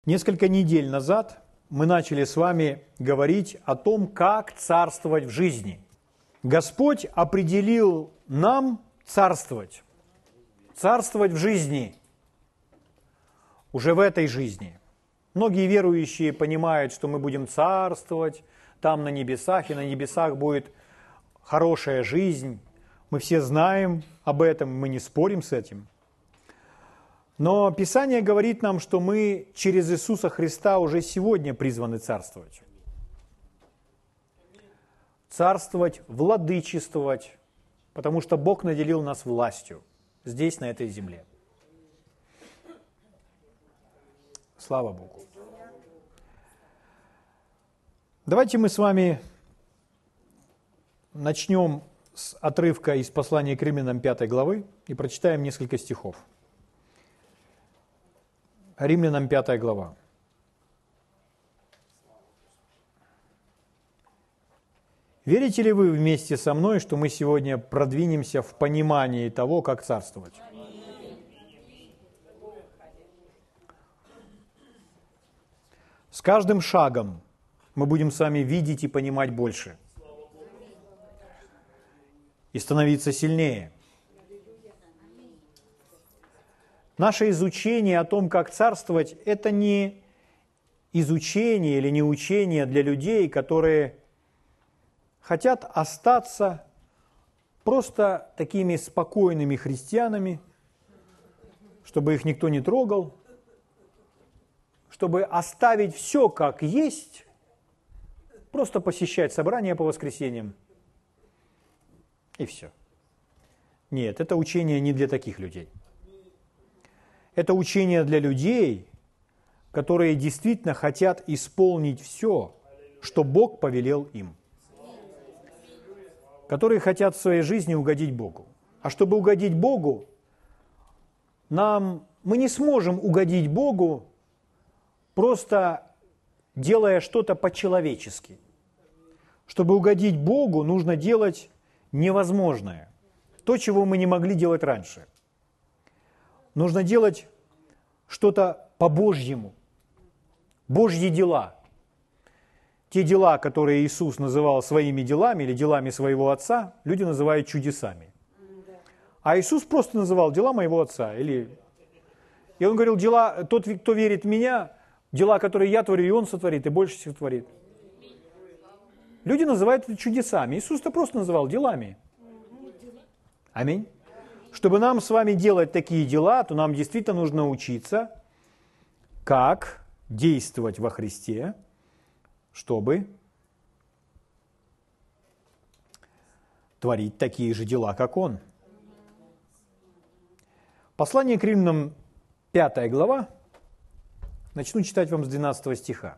Несколько недель назад мы начали с вами говорить о том, как царствовать в жизни. Господь определил нам царствовать в жизни, уже в этой жизни. Многие верующие понимают, что мы будем царствовать там на небесах, и на небесах будет хорошая жизнь. Мы все знаем об этом, мы не спорим с этим. Но Писание говорит нам, что мы через Иисуса Христа уже сегодня призваны царствовать. Царствовать, владычествовать, потому что Бог наделил нас властью здесь, на этой земле. Слава Богу. Давайте мы с вами начнем с отрывка из послания к Римлянам 5 главы и прочитаем несколько стихов. Римлянам 5 глава. Верите ли вы вместе со мной, что мы сегодня продвинемся в понимании того, как царствовать? С каждым шагом мы будем с вами видеть и понимать больше. И становиться сильнее. Наше изучение о том, как царствовать, это не изучение или не учение для людей, которые хотят остаться просто такими спокойными христианами, чтобы их никто не трогал, чтобы оставить все как есть, просто посещать собрания по воскресеньям, и все. Нет, это учение не для таких людей. Это учение для людей, которые действительно хотят исполнить все, что Бог повелел им. Которые хотят в своей жизни угодить Богу. А чтобы угодить Богу, мы не сможем угодить Богу, просто делая что-то по-человечески. Чтобы угодить Богу, нужно делать невозможное. То, чего мы не могли делать раньше. Нужно делать что-то по-божьему. Божьи дела. Те дела, которые Иисус называл своими делами или делами своего Отца, люди называют чудесами. А Иисус просто называл дела моего Отца. И Он говорил, тот, кто верит в Меня, дела, которые Я творю, и Он сотворит, и больше всех творит. Люди называют это чудесами. Иисус-то просто называл делами. Аминь. Чтобы нам с вами делать такие дела, то нам действительно нужно учиться, как действовать во Христе, чтобы творить такие же дела, как Он. Послание к Римлянам 5 глава. Начну читать вам с 12 стиха.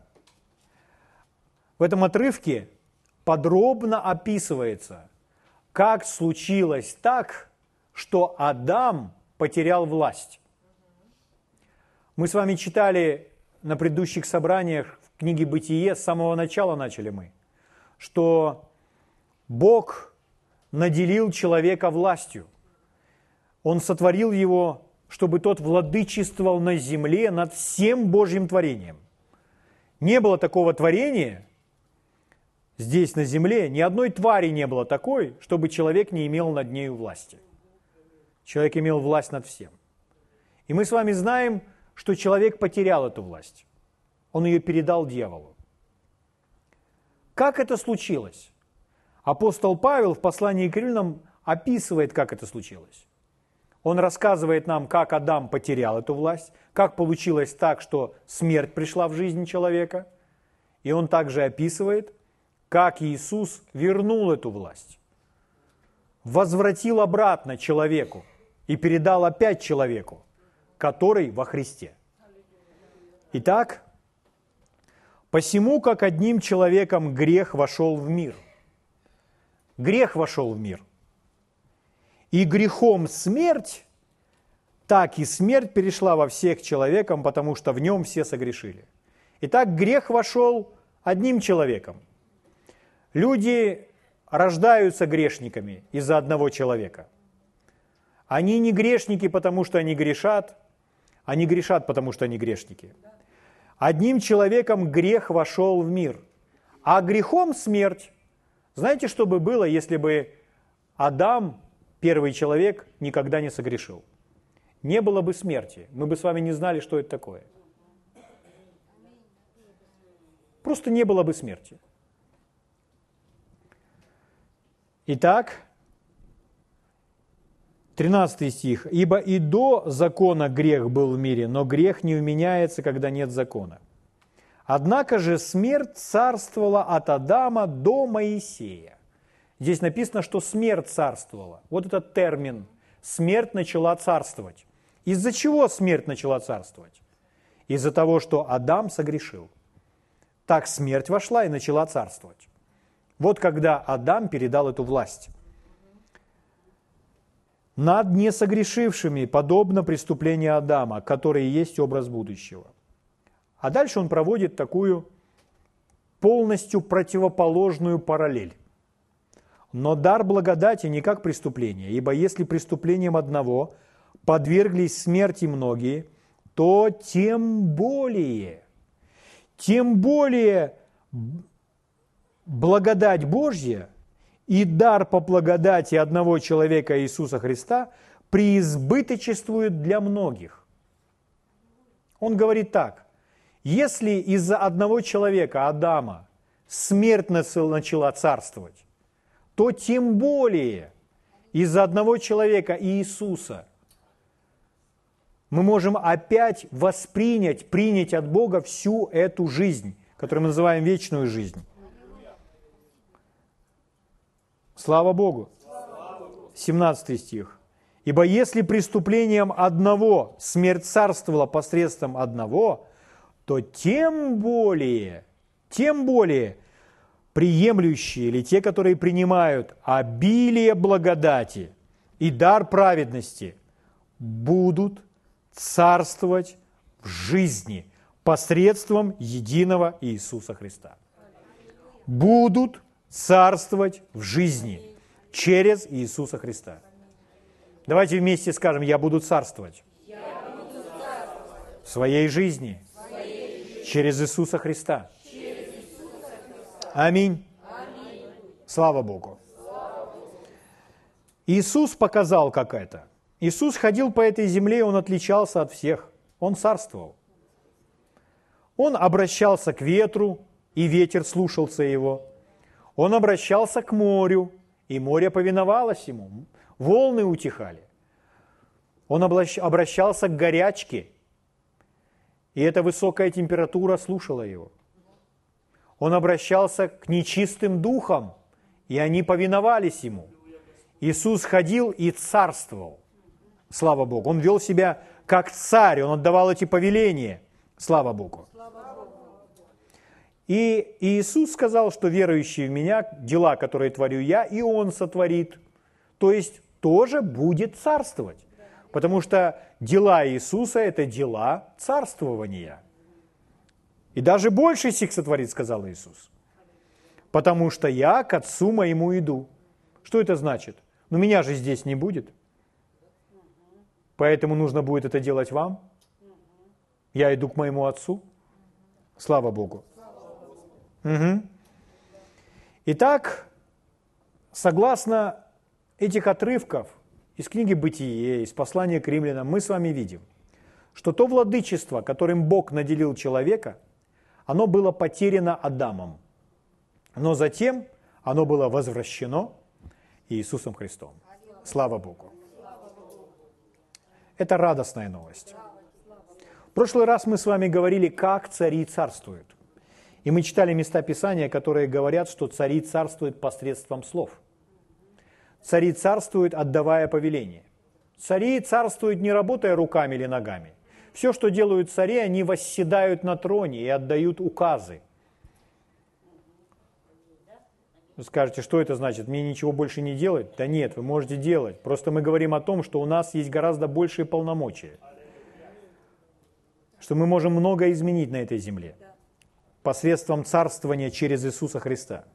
В этом отрывке подробно описывается, как случилось так, что Адам потерял власть. Мы с вами читали на предыдущих собраниях в книге «Бытие», с самого начала начали мы, что Бог наделил человека властью. Он сотворил его, чтобы тот владычествовал на земле над всем Божьим творением. Не было такого творения здесь, на земле, ни одной твари не было такой, чтобы человек не имел над нею власти. Человек имел власть над всем. И мы с вами знаем, что человек потерял эту власть. Он ее передал дьяволу. Как это случилось? Апостол Павел в послании к Римлянам описывает, как это случилось. Он рассказывает нам, как Адам потерял эту власть, как получилось так, что смерть пришла в жизнь человека. И он также описывает, как Иисус вернул эту власть, возвратил обратно человеку и передал опять человеку, который во Христе. Итак, посему, как одним человеком грех вошел в мир. Грех вошел в мир. И грехом смерть, так и смерть перешла во всех человеком, потому что в нем все согрешили. Итак, грех вошел одним человеком. Люди рождаются грешниками из-за одного человека. Они не грешники, потому что они грешат, потому что они грешники. Одним человеком грех вошел в мир, а грехом смерть. Знаете, что бы было, если бы Адам, первый человек, никогда не согрешил? Не было бы смерти. Мы бы с вами не знали, что это такое. Просто не было бы смерти. Итак, 13 стих. «Ибо и до закона грех был в мире, но грех не вменяется, когда нет закона. Однако же смерть царствовала от Адама до Моисея». Здесь написано, что смерть царствовала. Вот этот термин. Смерть начала царствовать. Из-за чего смерть начала царствовать? Из-за того, что Адам согрешил. Так смерть вошла и начала царствовать. Вот когда Адам передал эту власть. Над несогрешившими подобно преступлению Адама, который есть образ будущего. А дальше он проводит такую полностью противоположную параллель. Но дар благодати не как преступление, ибо если преступлением одного подверглись смерти многие, то тем более благодать Божья и дар по благодати одного человека Иисуса Христа преизбыточествует для многих. Он говорит так: если из-за одного человека, Адама, смерть начала царствовать, то тем более из-за одного человека Иисуса мы можем опять принять от Бога всю эту жизнь, которую мы называем вечную жизнь. Слава Богу. 17 стих. «Ибо если преступлением одного смерть царствовала посредством одного, то тем более приемлющие или те, которые принимают обилие благодати и дар праведности, будут царствовать в жизни посредством единого Иисуса Христа». Будут царствовать в жизни через Иисуса Христа. Давайте вместе скажем: я буду царствовать в своей жизни через Иисуса Христа. Аминь. Слава Богу. Иисус показал, как это. Иисус ходил по этой земле, Он отличался от всех. Он царствовал. Он обращался к ветру, и ветер слушался Его. Он обращался к морю, и море повиновалось Ему. Волны утихали. Он обращался к горячке, и эта высокая температура слушала Его. Он обращался к нечистым духам, и они повиновались Ему. Иисус ходил и царствовал. Слава Богу. Он вел себя как царь, Он отдавал эти повеления. Слава Богу. И Иисус сказал, что верующий в Меня, дела, которые творю Я, и Он сотворит. То есть тоже будет царствовать. Потому что дела Иисуса – это дела царствования. И даже больше сих сотворит, сказал Иисус. Потому что Я к Отцу Моему иду. Что это значит? Ну, Меня же здесь не будет. Поэтому нужно будет это делать вам. Я иду к Моему Отцу. Слава Богу. Угу. Итак, согласно этих отрывков из книги «Бытие», из послания к римлянам, мы с вами видим, что то владычество, которым Бог наделил человека, оно было потеряно Адамом, но затем оно было возвращено Иисусом Христом. Слава Богу. Это радостная новость. В прошлый раз мы с вами говорили, как цари царствуют. И мы читали места Писания, которые говорят, что цари царствуют посредством слов. Цари царствуют, отдавая повеления. Цари царствуют, не работая руками или ногами. Все, что делают цари, они восседают на троне и отдают указы. Вы скажете, что это значит? Мне ничего больше не делать? Да нет, вы можете делать. Просто мы говорим о том, что у нас есть гораздо большие полномочия. Что мы можем многое изменить на этой земле. Посредством царствования через Иисуса Христа.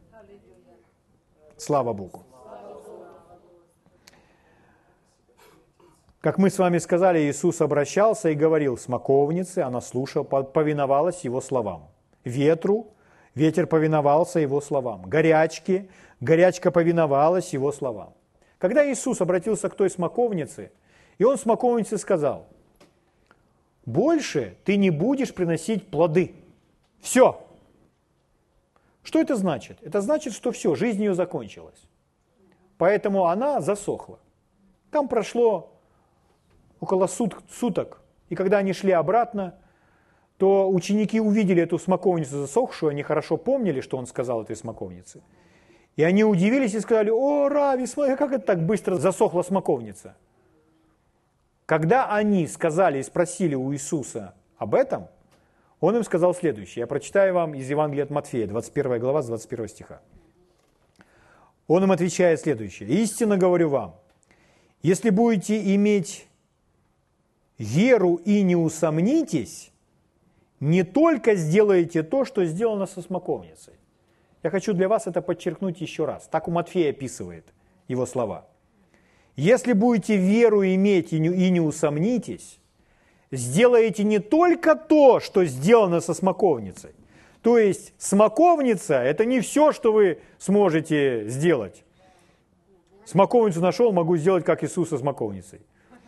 Слава Богу. Как мы с вами сказали, Иисус обращался и говорил смоковнице, она слушала, повиновалась Его словам. Ветру, ветер повиновался Его словам. Горячке, горячка повиновалась Его словам. Когда Иисус обратился к той смоковнице, и Он смоковнице сказал: больше ты не будешь приносить плоды. Все. Что это значит? Это значит, что все, жизнь ее закончилась. Поэтому она засохла. Там прошло около суток. И когда они шли обратно, то ученики увидели эту смоковницу засохшую, они хорошо помнили, что он сказал этой смоковнице. И они удивились и сказали: о, Рави, смотри, как это так быстро засохла смоковница? Когда они сказали и спросили у Иисуса об этом, Он им сказал следующее. Я прочитаю вам из Евангелия от Матфея, 21 глава, с 21 стиха. Он им отвечает следующее. «Истинно говорю вам, если будете иметь веру и не усомнитесь, не только сделаете то, что сделано со смоковницей». Я хочу для вас это подчеркнуть еще раз. Так у Матфея описывает его слова. «Если будете веру иметь и не усомнитесь, сделаете не только то, что сделано со смоковницей». То есть смоковница – это не все, что вы сможете сделать. Смоковницу нашел, могу сделать, как Иисус со смоковницей.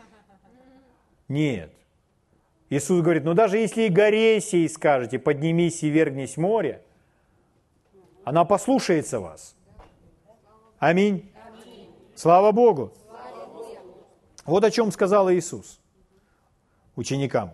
Нет. Иисус говорит: ну даже если и горе сей скажете, поднимись и вергнись в море, она послушается вас. Аминь. Слава Богу. Вот о чем сказал Иисус ученикам.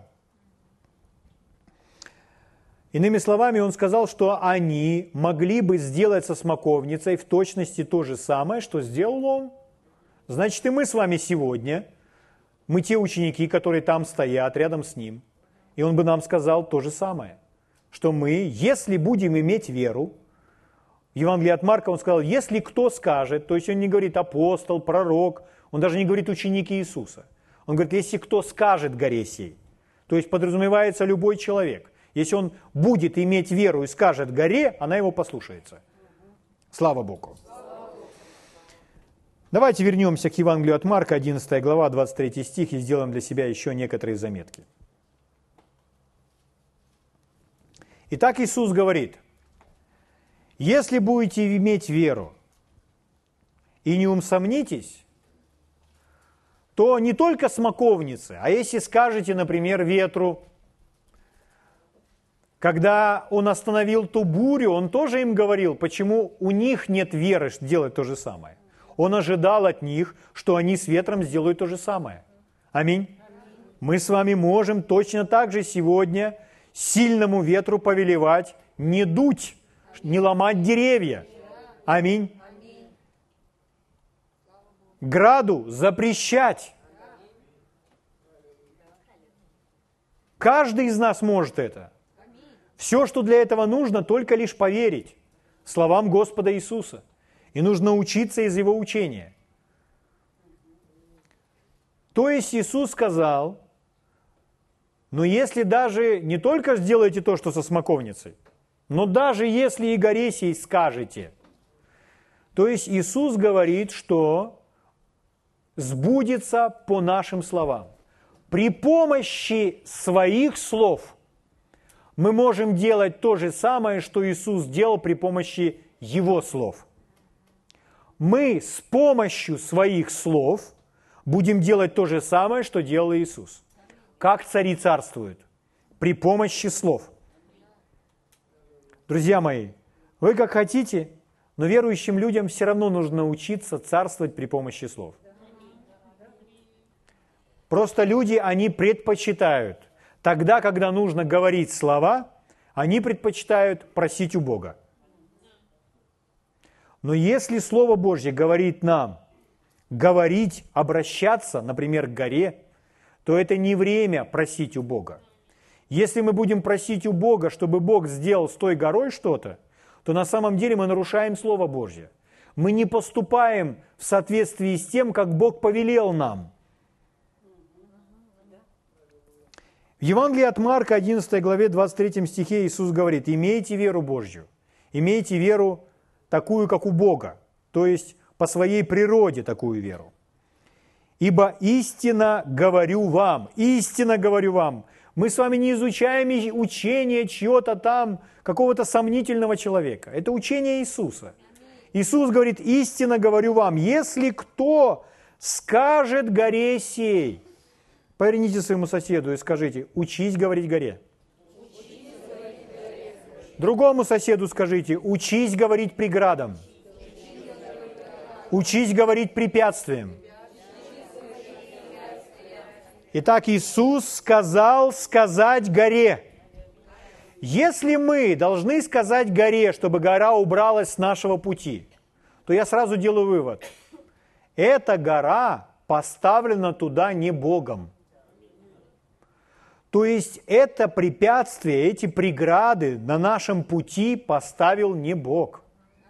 Иными словами, Он сказал, что они могли бы сделать со смоковницей в точности то же самое, что сделал Он. Значит, и мы с вами сегодня, мы те ученики, которые там стоят рядом с Ним, и Он бы нам сказал то же самое, что мы, если будем иметь веру, в Евангелии от Марка Он сказал: если кто скажет, то есть Он не говорит апостол, пророк, Он даже не говорит ученики Иисуса. Он говорит: если кто скажет горе сей, то есть подразумевается любой человек. Если он будет иметь веру и скажет горе, она его послушается. Слава Богу. Давайте вернемся к Евангелию от Марка, 11 глава, 23 стих, и сделаем для себя еще некоторые заметки. Итак, Иисус говорит: если будете иметь веру и не усомнитесь, то не только смоковницы, а если скажете, например, ветру, когда Он остановил ту бурю, Он тоже им говорил, почему у них нет веры делать то же самое. Он ожидал от них, что они с ветром сделают то же самое. Аминь. Мы с вами можем точно так же сегодня сильному ветру повелевать не дуть, не ломать деревья. Аминь. Граду запрещать. Каждый из нас может это. Все, что для этого нужно, только лишь поверить словам Господа Иисуса. И нужно учиться из Его учения. То есть Иисус сказал: но если даже не только сделаете то, что со смоковницей, но даже если и горе сей скажете, то есть Иисус говорит, что сбудется по нашим словам. При помощи своих слов мы можем делать то же самое, что Иисус делал при помощи Его слов. Мы с помощью своих слов будем делать то же самое, что делал Иисус. Как цари царствуют? При помощи слов. Друзья мои, вы как хотите, но верующим людям все равно нужно научиться царствовать при помощи слов. Просто люди, они предпочитают. Тогда, когда нужно говорить слова, они предпочитают просить у Бога. Но если Слово Божье говорит нам говорить, обращаться, например, к горе, то это не время просить у Бога. Если мы будем просить у Бога, чтобы Бог сделал с той горой что-то, то на самом деле мы нарушаем Слово Божье. Мы не поступаем в соответствии с тем, как Бог повелел нам. В Евангелии от Марка, 11 главе, 23 стихе Иисус говорит: имейте веру Божью, имейте веру такую, как у Бога, то есть по своей природе такую веру. Ибо истинно говорю вам, истинно говорю вам. Мы с вами не изучаем учение чьего-то там, какого-то сомнительного человека. Это учение Иисуса. Иисус говорит, истинно говорю вам, если кто скажет горе сей, поверните своему соседу и скажите, учись говорить горе. Другому соседу скажите, учись говорить преградам. Учись говорить препятствиям. Итак, Иисус сказал сказать горе. Если мы должны сказать горе, чтобы гора убралась с нашего пути, то я сразу делаю вывод. Эта гора поставлена туда не Богом. То есть это препятствие, эти преграды на нашем пути поставил не Бог.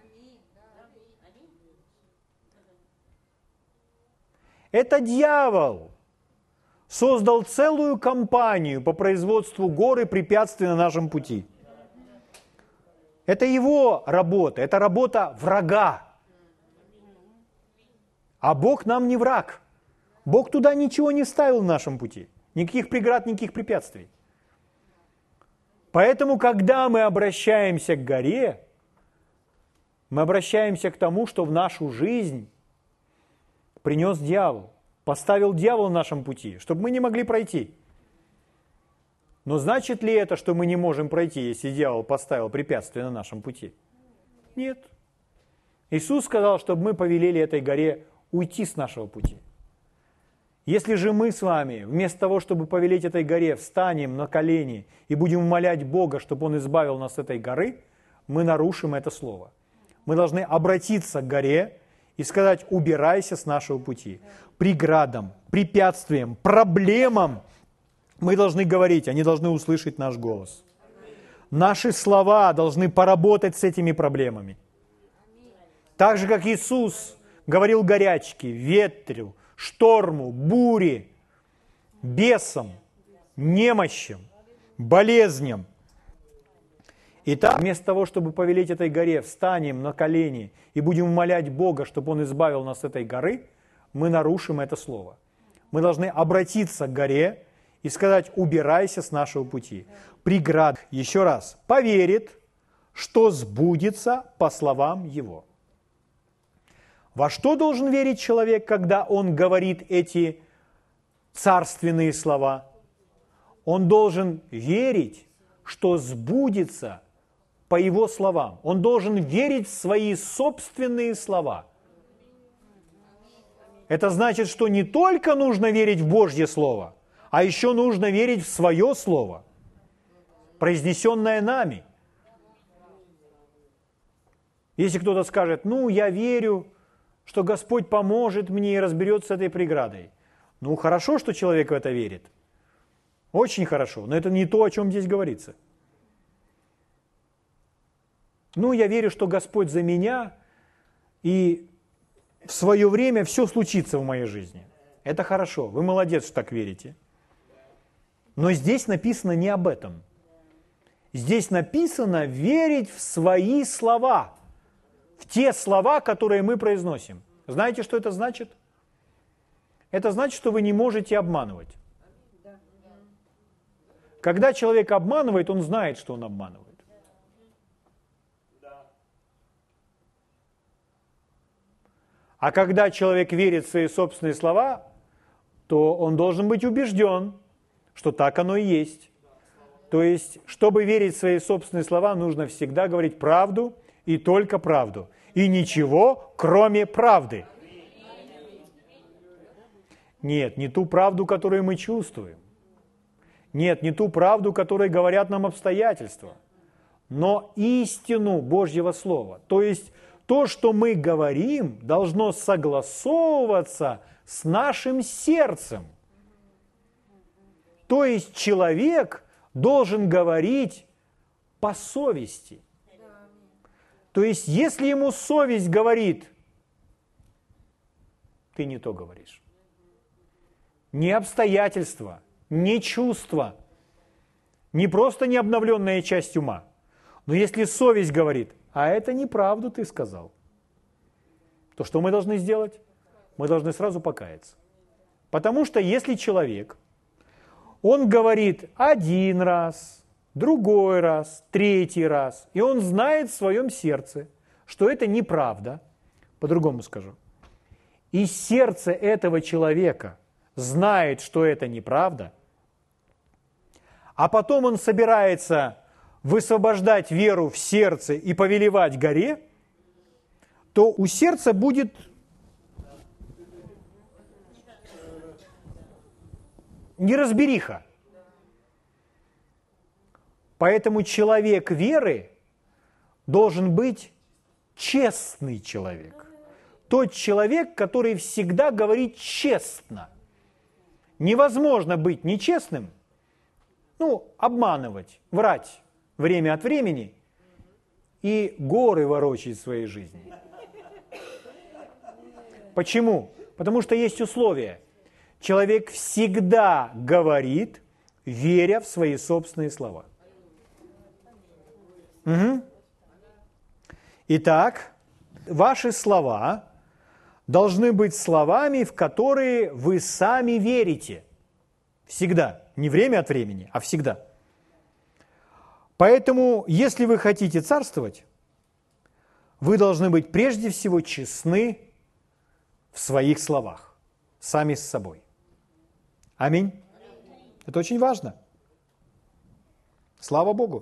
Это дьявол создал целую компанию по производству гор и препятствий на нашем пути. Это его работа, это работа врага. А Бог нам не враг. Бог туда ничего не ставил в нашем пути. Никаких преград, никаких препятствий. Поэтому, когда мы обращаемся к горе, мы обращаемся к тому, что в нашу жизнь принес дьявол. Поставил дьявол в нашем пути, чтобы мы не могли пройти. Но значит ли это, что мы не можем пройти, если дьявол поставил препятствие на нашем пути? Нет. Иисус сказал, чтобы мы повелели этой горе уйти с нашего пути. Если же мы с вами, вместо того, чтобы повелеть этой горе, встанем на колени и будем умолять Бога, чтобы Он избавил нас от этой горы, мы нарушим это слово. Мы должны обратиться к горе и сказать, убирайся с нашего пути. Преградам, препятствиям, проблемам мы должны говорить, они должны услышать наш голос. Наши слова должны поработать с этими проблемами. Так же, как Иисус говорил горячке, ветру, шторму, буре, бесам, немощам, болезням. Итак, вместо того, чтобы повелеть этой горе, встанем на колени и будем умолять Бога, чтобы Он избавил нас от этой горы, мы нарушим это слово. Мы должны обратиться к горе и сказать, убирайся с нашего пути. Преград, еще раз, поверит, что сбудется по словам Его. Во что должен верить человек, когда он говорит эти царственные слова? Он должен верить, что сбудется по его словам. Он должен верить в свои собственные слова. Это значит, что не только нужно верить в Божье Слово, а еще нужно верить в свое Слово, произнесенное нами. Если кто-то скажет, я верю, что Господь поможет мне и разберется с этой преградой. Хорошо, что человек в это верит. Очень хорошо, но это не то, о чем здесь говорится. Я верю, что Господь за меня, и в свое время все случится в моей жизни. Это хорошо, вы молодец, что так верите. Но здесь написано не об этом. Здесь написано верить в свои слова, в те слова, которые мы произносим. Знаете, что это значит? Это значит, что вы не можете обманывать. Когда человек обманывает, он знает, что он обманывает. А когда человек верит в свои собственные слова, то он должен быть убежден, что так оно и есть. То есть, чтобы верить в свои собственные слова, нужно всегда говорить правду и только правду. И ничего, кроме правды. Нет, не ту правду, которую мы чувствуем. Нет, не ту правду, которой говорят нам обстоятельства. Но истину Божьего Слова. То есть, то, что мы говорим, должно согласовываться с нашим сердцем. То есть человек должен говорить по совести. То есть если ему совесть говорит, ты не то говоришь. Не обстоятельства, не чувства, не просто необновленная часть ума. Но если совесть говорит, а это неправду ты сказал, то что мы должны сделать? Мы должны сразу покаяться. Потому что если человек, он говорит один раз, другой раз, третий раз, и он знает в своем сердце, что это неправда, по-другому скажу, и сердце этого человека знает, что это неправда, а потом он собирается высвобождать веру в сердце и повелевать горе, то у сердца будет неразбериха. Поэтому человек веры должен быть честный человек. Тот человек, который всегда говорит честно. Невозможно быть нечестным, обманывать, врать время от времени и горы ворочать в своей жизни. Почему? Потому что есть условия. Человек всегда говорит, веря в свои собственные слова. Угу. Итак, ваши слова должны быть словами, в которые вы сами верите. Всегда. Не время от времени, а всегда. Поэтому, если вы хотите царствовать, вы должны быть прежде всего честны в своих словах, сами с собой. Аминь. Это очень важно. Слава Богу.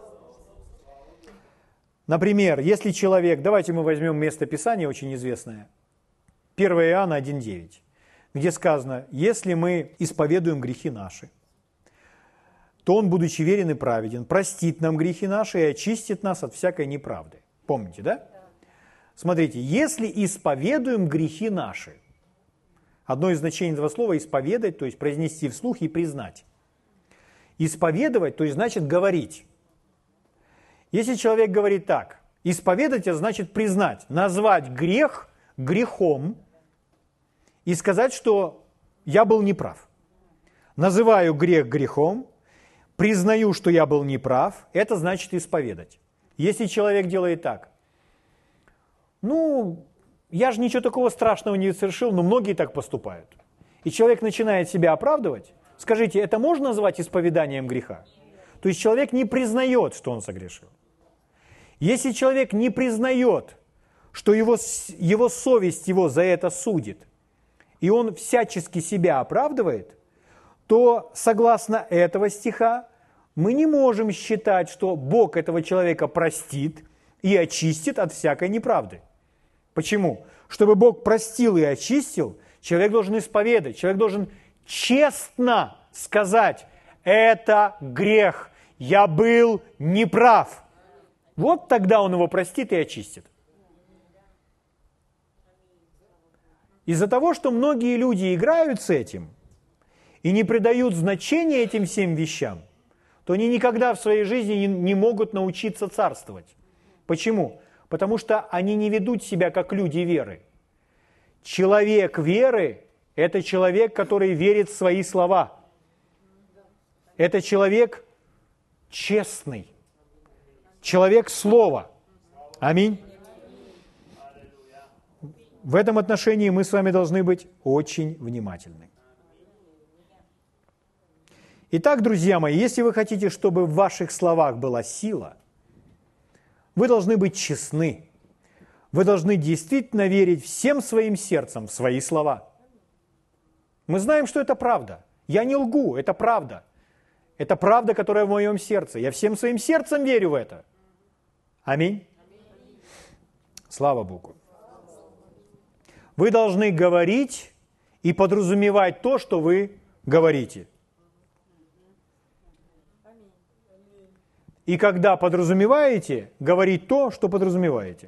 Например, если человек, давайте мы возьмем место Писания очень известное, 1 Иоанна 1,9, где сказано, если мы исповедуем грехи наши, то Он, будучи верен и праведен, простит нам грехи наши и очистит нас от всякой неправды. Помните, да? Смотрите, если исповедуем грехи наши, одно из значений этого слова – исповедать, то есть произнести вслух и признать. Исповедовать, то есть значит говорить. Если человек говорит так, исповедать – это значит признать, назвать грех грехом и сказать, что я был неправ. Называю грех грехом, признаю, что я был неправ, это значит исповедать. Если человек делает так, я же ничего такого страшного не совершил, но многие так поступают. И человек начинает себя оправдывать. Скажите, это можно назвать исповеданием греха? То есть человек не признает, что он согрешил. Если человек не признает, что его совесть его за это судит, и он всячески себя оправдывает, то, согласно этого стиха, мы не можем считать, что Бог этого человека простит и очистит от всякой неправды. Почему? Чтобы Бог простил и очистил, человек должен исповедать, человек должен честно сказать, это грех, я был неправ. Вот тогда он его простит и очистит. Из-за того, что многие люди играют с этим и не придают значения этим всем вещам, то они никогда в своей жизни не могут научиться царствовать. Почему? Потому что они не ведут себя как люди веры. Человек веры – это человек, который верит в свои слова. Это человек честный. Человек слова. Аминь. В этом отношении мы с вами должны быть очень внимательны. Итак, друзья мои, если вы хотите, чтобы в ваших словах была сила, вы должны быть честны. Вы должны действительно верить всем своим сердцем в свои слова. Мы знаем, что это правда. Я не лгу, это правда. Это правда, которая в моем сердце. Я всем своим сердцем верю в это. Аминь. Слава Богу. Вы должны говорить и подразумевать то, что вы говорите. И когда подразумеваете, говорить то, что подразумеваете.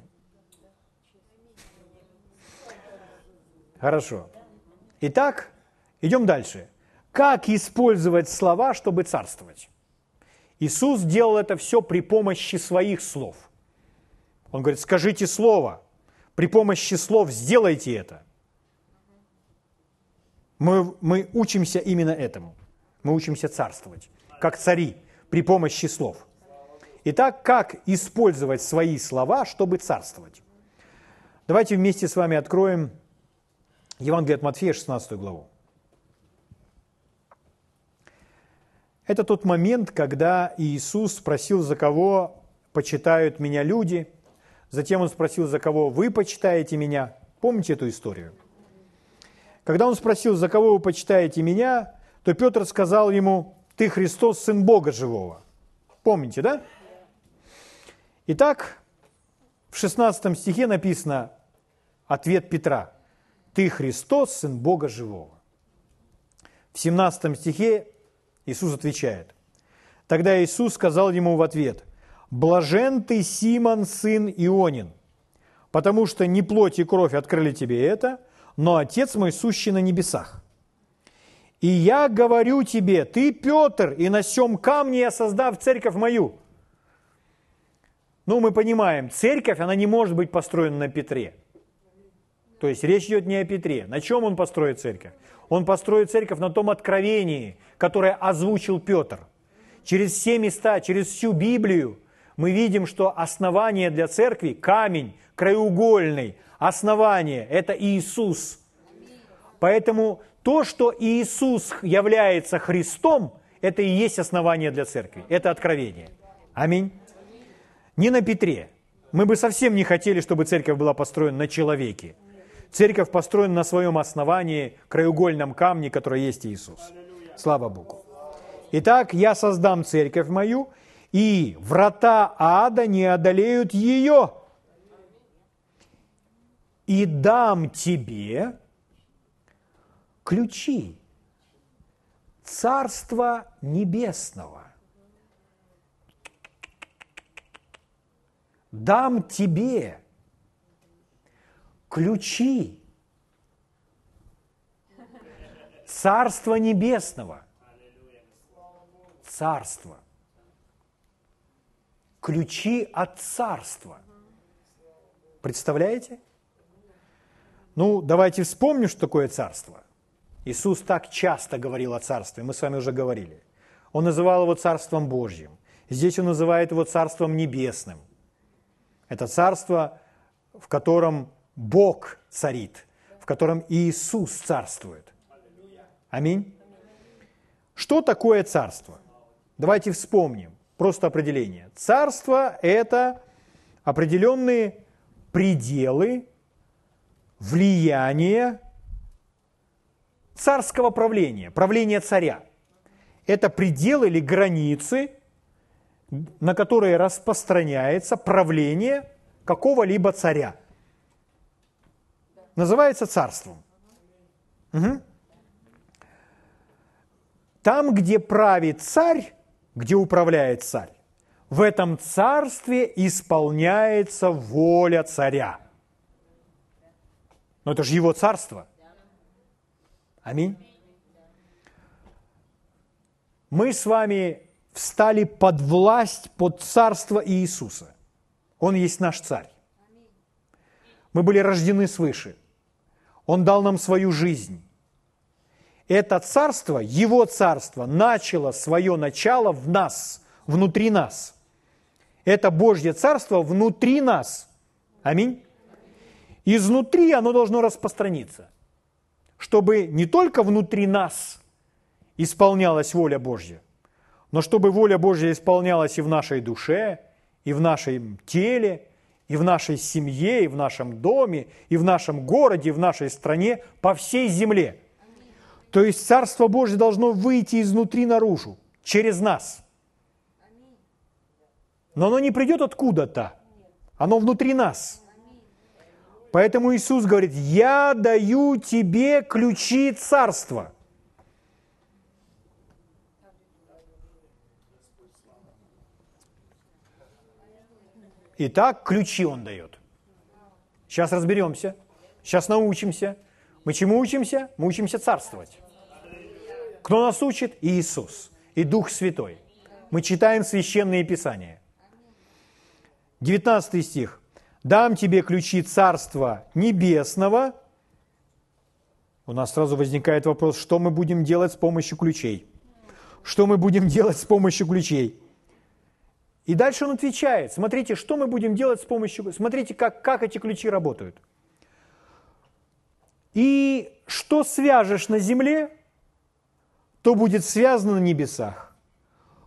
Хорошо. Итак, идем дальше. Как использовать слова, чтобы царствовать? Иисус делал это все при помощи своих слов. Он говорит, скажите слово. При помощи слов сделайте это. Мы учимся именно этому. Мы учимся царствовать, как цари, при помощи слов. Итак, как использовать свои слова, чтобы царствовать? Давайте вместе с вами откроем Евангелие от Матфея, 16 главу. Это тот момент, когда Иисус спросил, за кого почитают меня люди. Затем Он спросил, за кого вы почитаете меня. Помните эту историю? Когда Он спросил, за кого вы почитаете меня, то Петр сказал ему: ты Христос, Сын Бога Живого. Помните, да? Итак, в 16 стихе написано ответ Петра: ты Христос, Сын Бога Живого. В 17 стихе Иисус отвечает: тогда Иисус сказал ему в ответ: блажен ты, Симон, сын Ионин, потому что не плоть и кровь открыли тебе это, но Отец мой, сущий на небесах. И я говорю тебе, ты Петр, и на сем камне я создав церковь мою. Ну, мы понимаем, церковь, она не может быть построена на Петре. То есть речь идет не о Петре. На чем он построит церковь? Он построит церковь на том откровении, которое озвучил Петр. Через все места, через всю Библию мы видим, что основание для церкви, камень краеугольный, основание – это Иисус. Поэтому то, что Иисус является Христом, это и есть основание для церкви. Это откровение. Аминь. Не на Петре. Мы бы совсем не хотели, чтобы церковь была построена на человеке. Церковь построена на своем основании, краеугольном камне, который есть Иисус. Слава Богу. Итак, я создам церковь мою, и врата ада не одолеют ее. И дам тебе ключи Царства Небесного. Дам тебе ключи Царства Небесного. Царство. Ключи от Царства. Представляете? Ну, давайте вспомним, что такое Царство. Иисус так часто говорил о Царстве, мы с вами уже говорили. Он называл его Царством Божьим. Здесь Он называет его Царством Небесным. Это Царство, в котором Бог царит, в котором Иисус царствует. Аминь. Что такое царство? Давайте вспомним просто определение. Царство – это определенные пределы влияния царского правления, правления царя. Это пределы или границы, на которые распространяется правление какого-либо царя. Называется царством. Угу. Там, где правит царь, где управляет царь, в этом царстве исполняется воля царя. Но это же его царство. Аминь. Мы с вами встали под власть, под царство Иисуса. Он есть наш царь. Мы были рождены свыше. Он дал нам свою жизнь. Это царство, его царство, начало свое начало в нас, внутри нас. Это Божье царство внутри нас. Аминь. Изнутри оно должно распространиться, чтобы не только внутри нас исполнялась воля Божья, но чтобы воля Божья исполнялась и в нашей душе, и в нашем теле, и в нашей семье, и в нашем доме, и в нашем городе, и в нашей стране, по всей земле. То есть Царство Божье должно выйти изнутри наружу, через нас. Но оно не придет откуда-то, оно внутри нас. Поэтому Иисус говорит: «Я даю тебе ключи Царства». Итак, ключи Он дает. Сейчас разберемся, сейчас научимся. Мы чему учимся? Мы учимся царствовать. Кто нас учит? Иисус и Дух Святой. Мы читаем Священные Писания. 19 стих. «Дам тебе ключи Царства Небесного». У нас сразу возникает вопрос, что мы будем делать с помощью ключей? Что мы будем делать с помощью ключей? И дальше он отвечает. Смотрите, что мы будем делать с помощью... Смотрите, как эти ключи работают. «И что свяжешь на земле, то будет связано на небесах.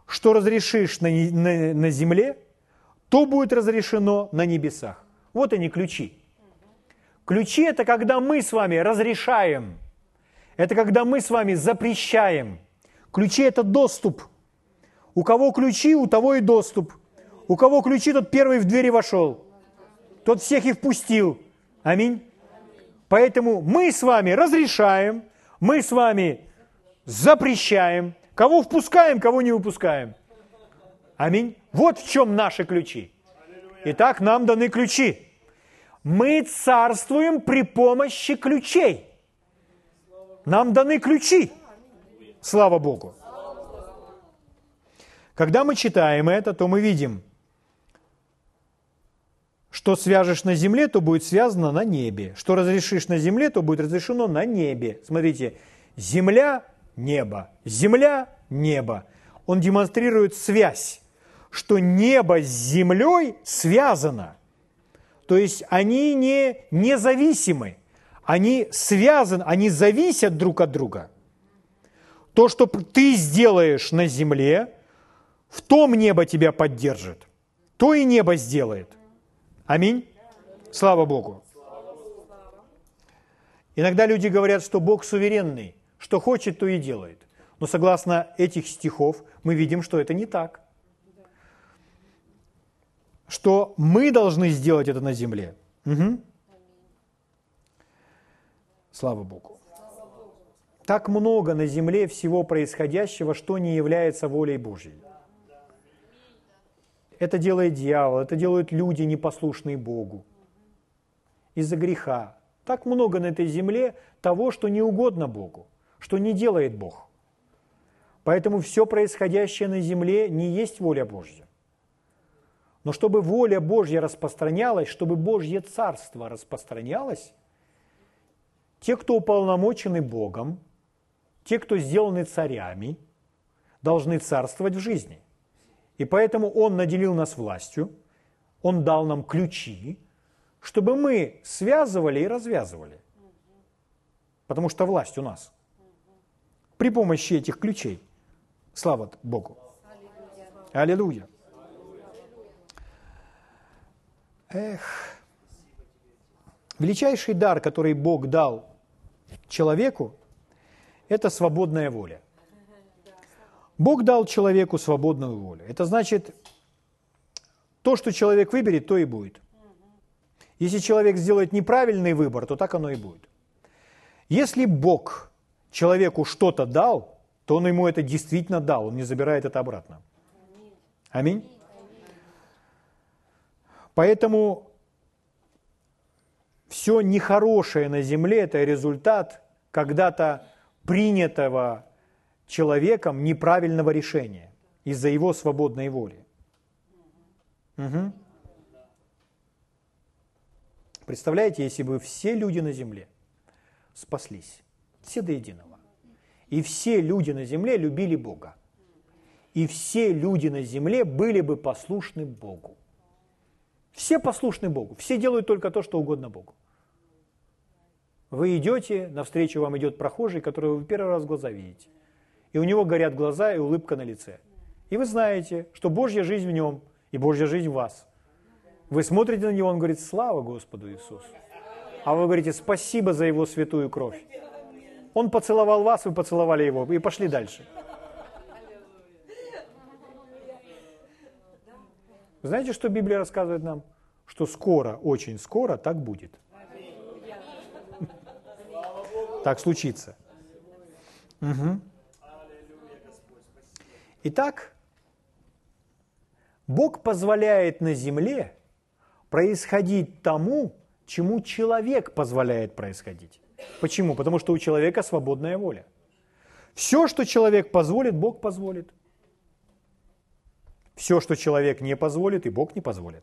что разрешишь на земле, то будет разрешено на небесах. Вот они ключи. Ключи – это когда мы с вами разрешаем. Это когда мы с вами запрещаем. Ключи – это доступ. У кого ключи, у того и доступ. У кого ключи, тот первый в двери вошел. Тот всех и впустил. Аминь. Поэтому мы с вами разрешаем, мы с вами запрещаем. Кого впускаем, кого не выпускаем. Аминь. Вот в чем наши ключи. Итак, нам даны ключи. Мы царствуем при помощи ключей. Нам даны ключи. Слава Богу. Когда мы читаем это, то мы видим, что свяжешь на земле, то будет связано на небе. Что разрешишь на земле, то будет разрешено на небе. Смотрите, земля, небо, земля, небо. Он демонстрирует связь, что небо с землей связано. То есть они не независимы, они связаны, они зависят друг от друга. То, что ты сделаешь на земле, в том небо тебя поддержит, то и небо сделает. Аминь. Слава Богу. Иногда люди говорят, что Бог суверенный, что хочет, то и делает. Но согласно этих стихов мы видим, что это не так. Что мы должны сделать это на земле. Угу. Слава Богу. Так много на земле всего происходящего, что не является волей Божьей. Это делает дьявол, это делают люди, непослушные Богу. Из-за греха. Так много на этой земле того, что не угодно Богу, что не делает Бог. Поэтому все происходящее на земле не есть воля Божья. Но чтобы воля Божья распространялась, чтобы Божье Царство распространялось, те, кто уполномочены Богом, те, кто сделаны царями, должны царствовать в жизни. И поэтому Он наделил нас властью, Он дал нам ключи, чтобы мы связывали и развязывали. Потому что власть у нас. При помощи этих ключей. Слава Богу. Аллилуйя. Эх. Величайший дар, который Бог дал человеку, это свободная воля. Бог дал человеку свободную волю. Это значит, то, что человек выберет, то и будет. Если человек сделает неправильный выбор, то так оно и будет. Если Бог человеку что-то дал, то Он ему это действительно дал, Он не забирает это обратно. Аминь. Поэтому все нехорошее на земле – это результат когда-то принятого человеком неправильного решения из-за его свободной воли. Угу. Представляете, если бы все люди на земле спаслись, все до единого, и все люди на земле любили Бога, и все люди на земле были бы послушны Богу. Все послушны Богу, все делают только то, что угодно Богу. Вы идете, навстречу вам идет прохожий, которого вы первый раз в глаза видите. И у него горят глаза и улыбка на лице. И вы знаете, что Божья жизнь в нем и Божья жизнь в вас. Вы смотрите на него, он говорит: слава Господу Иисусу. А вы говорите: спасибо за его святую кровь. Он поцеловал вас, вы поцеловали его и пошли дальше. Знаете, что Библия рассказывает нам? Что скоро, очень скоро так будет. Так случится. Угу. Итак, Бог позволяет на земле происходить тому, чему человек позволяет происходить. Почему? Потому что у человека свободная воля. Все, что человек позволит, Бог позволит. Все, что человек не позволит, и Бог не позволит.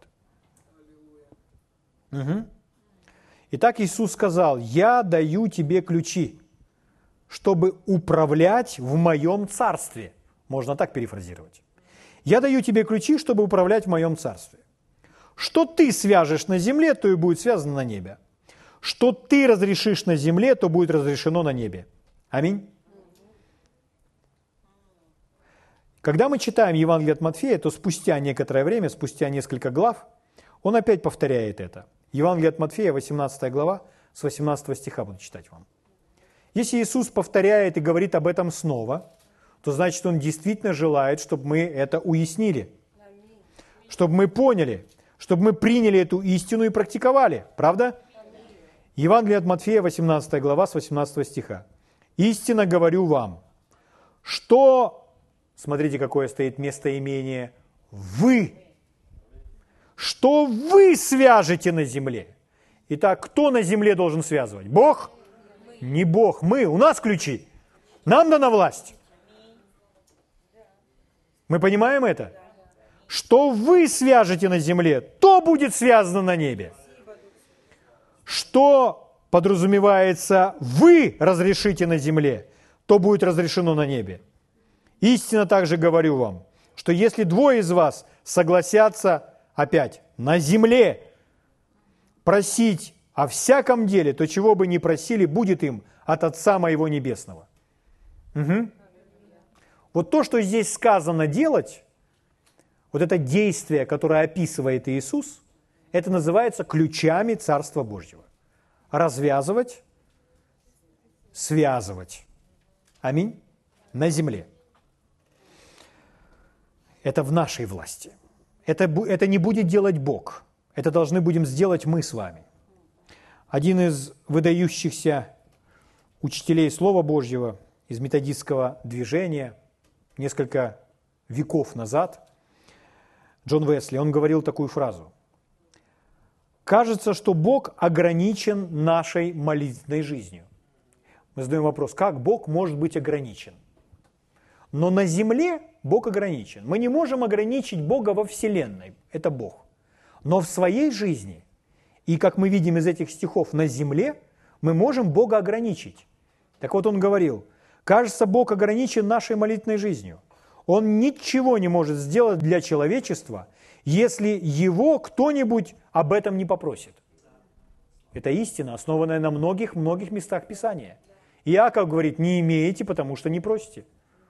Угу. Итак, Иисус сказал: «Я даю тебе ключи, чтобы управлять в моем царстве». Можно так перефразировать. «Я даю тебе ключи, чтобы управлять в моем царстве». Что ты свяжешь на земле, то и будет связано на небе. Что ты разрешишь на земле, то будет разрешено на небе. Аминь. Когда мы читаем Евангелие от Матфея, то спустя некоторое время, спустя несколько глав, он опять повторяет это. Евангелие от Матфея, 18 глава, с 18 стиха буду читать вам. Если Иисус повторяет и говорит об этом снова, то значит, Он действительно желает, чтобы мы это уяснили, чтобы мы поняли, чтобы мы приняли эту истину и практиковали. Правда? Евангелие от Матфея, 18 глава, с 18 стиха. «Истинно говорю вам, что...» Смотрите, какое стоит местоимение. «Вы». «Что вы свяжете на земле». Итак, кто на земле должен связывать? Бог? Не Бог, мы. У нас ключи. Нам дана власть. Мы понимаем это? Что вы свяжете на земле, то будет связано на небе. Что подразумевается, вы разрешите на земле, то будет разрешено на небе. Истинно также говорю вам, что если двое из вас согласятся опять на земле просить о всяком деле, то чего бы ни просили, будет им от Отца Моего Небесного. Угу. Вот то, что здесь сказано делать, вот это действие, которое описывает Иисус, это называется ключами Царства Божьего. Развязывать, связывать. Аминь. На земле. Это в нашей власти. Это не будет делать Бог. Это должны будем сделать мы с вами. Один из выдающихся учителей Слова Божьего из методистского движения несколько веков назад, Джон Уэсли, он говорил такую фразу. «Кажется, что Бог ограничен нашей молитвенной жизнью». Мы задаем вопрос, как Бог может быть ограничен? Но на земле Бог ограничен. Мы не можем ограничить Бога во Вселенной, это Бог. Но в своей жизни, и как мы видим из этих стихов, на земле мы можем Бога ограничить. Так вот он говорил, кажется, Бог ограничен нашей молитвенной жизнью. Он ничего не может сделать для человечества, если его кто-нибудь об этом не попросит. Это истина, основанная на многих местах Писания. Иаков говорит, не имеете, потому что не просите.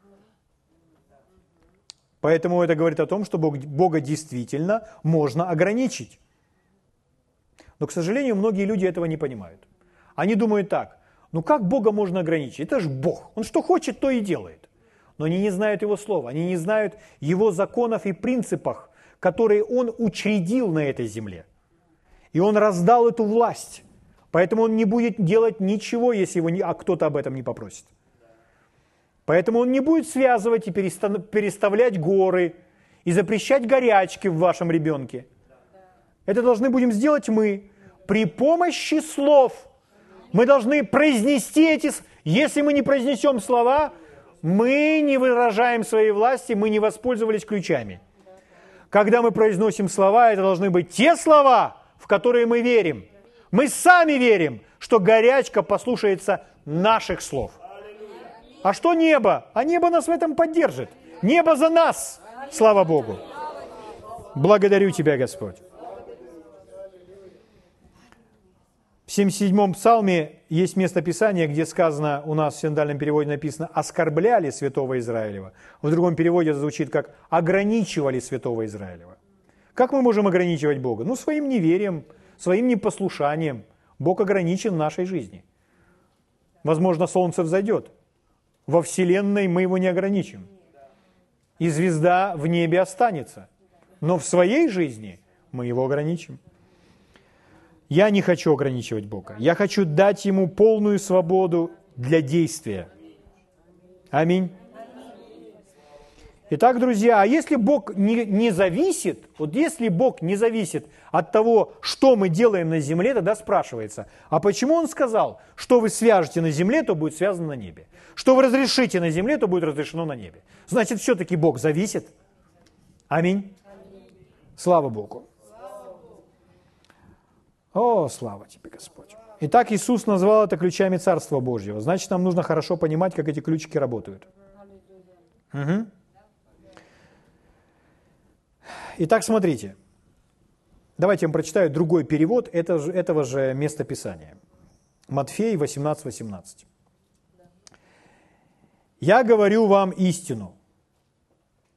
Поэтому это говорит о том, что Бога действительно можно ограничить. Но, к сожалению, многие люди этого не понимают. Они думают так, ну как Бога можно ограничить? Это же Бог, Он что хочет, то и делает. Но они не знают Его слова, они не знают Его законов и принципах, которые Он учредил на этой земле. И Он раздал эту власть. Поэтому Он не будет делать ничего, если кто-то об этом не попросит. Поэтому Он не будет связывать и переставлять горы, и запрещать горячки в вашем ребенке. Это должны будем сделать мы при помощи слов. Мы должны произнести эти... Если мы не произнесем слова, мы не выражаем своей власти, мы не воспользовались ключами. Когда мы произносим слова, это должны быть те слова, в которые мы верим. Мы сами верим, что горячка послушается наших слов. А что небо? А небо нас в этом поддержит. Небо за нас, слава Богу. Благодарю Тебя, Господь. В 77-м псалме есть место Писания, где сказано, у нас в синодальном переводе написано, оскорбляли святого Израилева. В другом переводе это звучит как ограничивали святого Израилева. Как мы можем ограничивать Бога? Ну, своим неверием, своим непослушанием. Бог ограничен в нашей жизни. Возможно, солнце взойдет. Во Вселенной мы его не ограничим. И звезда в небе останется. Но в своей жизни мы его ограничим. Я не хочу ограничивать Бога. Я хочу дать Ему полную свободу для действия. Аминь. Итак, друзья, а если Бог не зависит, вот если Бог не зависит от того, что мы делаем на земле, тогда спрашивается, а почему Он сказал, что вы свяжете на земле, то будет связано на небе? Что вы разрешите на земле, то будет разрешено на небе. Значит, все-таки Бог зависит. Аминь. Слава Богу. О, слава Тебе, Господь. Итак, Иисус назвал это ключами Царства Божьего. Значит, нам нужно хорошо понимать, как эти ключики работают. Угу. Итак, смотрите. Давайте я вам прочитаю другой перевод этого же местописания. Матфей 18:18. «Я говорю вам истину.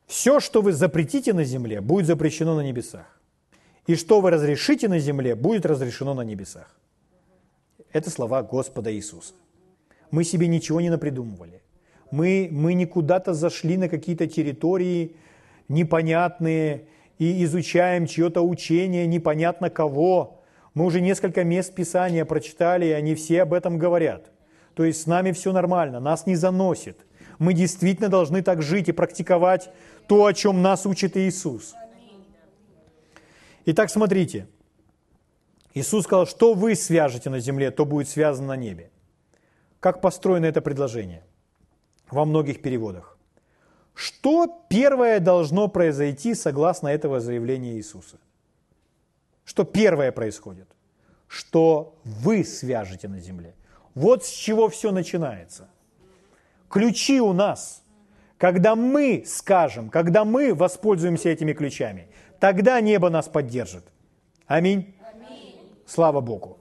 Все, что вы запретите на земле, будет запрещено на небесах. И что вы разрешите на земле, будет разрешено на небесах. Это слова Господа Иисуса. Мы себе ничего не напридумывали. Мы не куда-то зашли на какие-то территории непонятные и изучаем чье-то учение, непонятно кого. Мы уже несколько мест Писания прочитали, и они все об этом говорят. То есть с нами все нормально, нас не заносит. Мы действительно должны так жить и практиковать то, о чем нас учит Иисус. Итак, смотрите. Иисус сказал, что вы свяжете на земле, то будет связано на небе. Как построено это предложение? Во многих переводах. Что первое должно произойти согласно этого заявления Иисуса? Что первое происходит? Что вы свяжете на земле. Вот с чего все начинается. Ключи у нас. Когда мы скажем, когда мы воспользуемся этими ключами, тогда небо нас поддержит. Аминь. Слава Богу.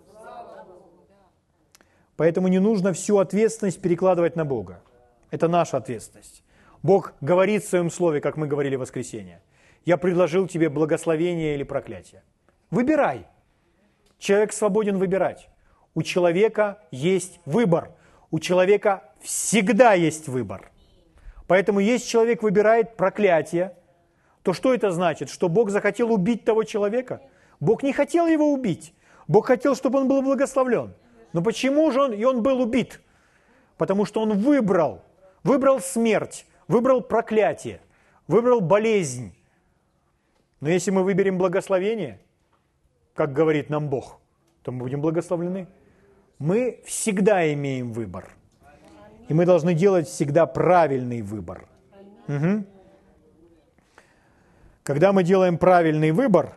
Поэтому не нужно всю ответственность перекладывать на Бога. Это наша ответственность. Бог говорит в Своем Слове, как мы говорили в воскресенье. Я предложил тебе благословение или проклятие. Выбирай. Человек свободен выбирать. У человека есть выбор. У человека всегда есть выбор. Поэтому если человек выбирает проклятие, то что это значит? Что Бог захотел убить того человека? Бог не хотел его убить. Бог хотел, чтобы он был благословлен. Но почему же он был убит? Потому что он выбрал смерть, выбрал проклятие, выбрал болезнь. Но если мы выберем благословение, как говорит нам Бог, то мы будем благословлены. Мы всегда имеем выбор. И мы должны делать всегда правильный выбор. Угу. Когда мы делаем правильный выбор,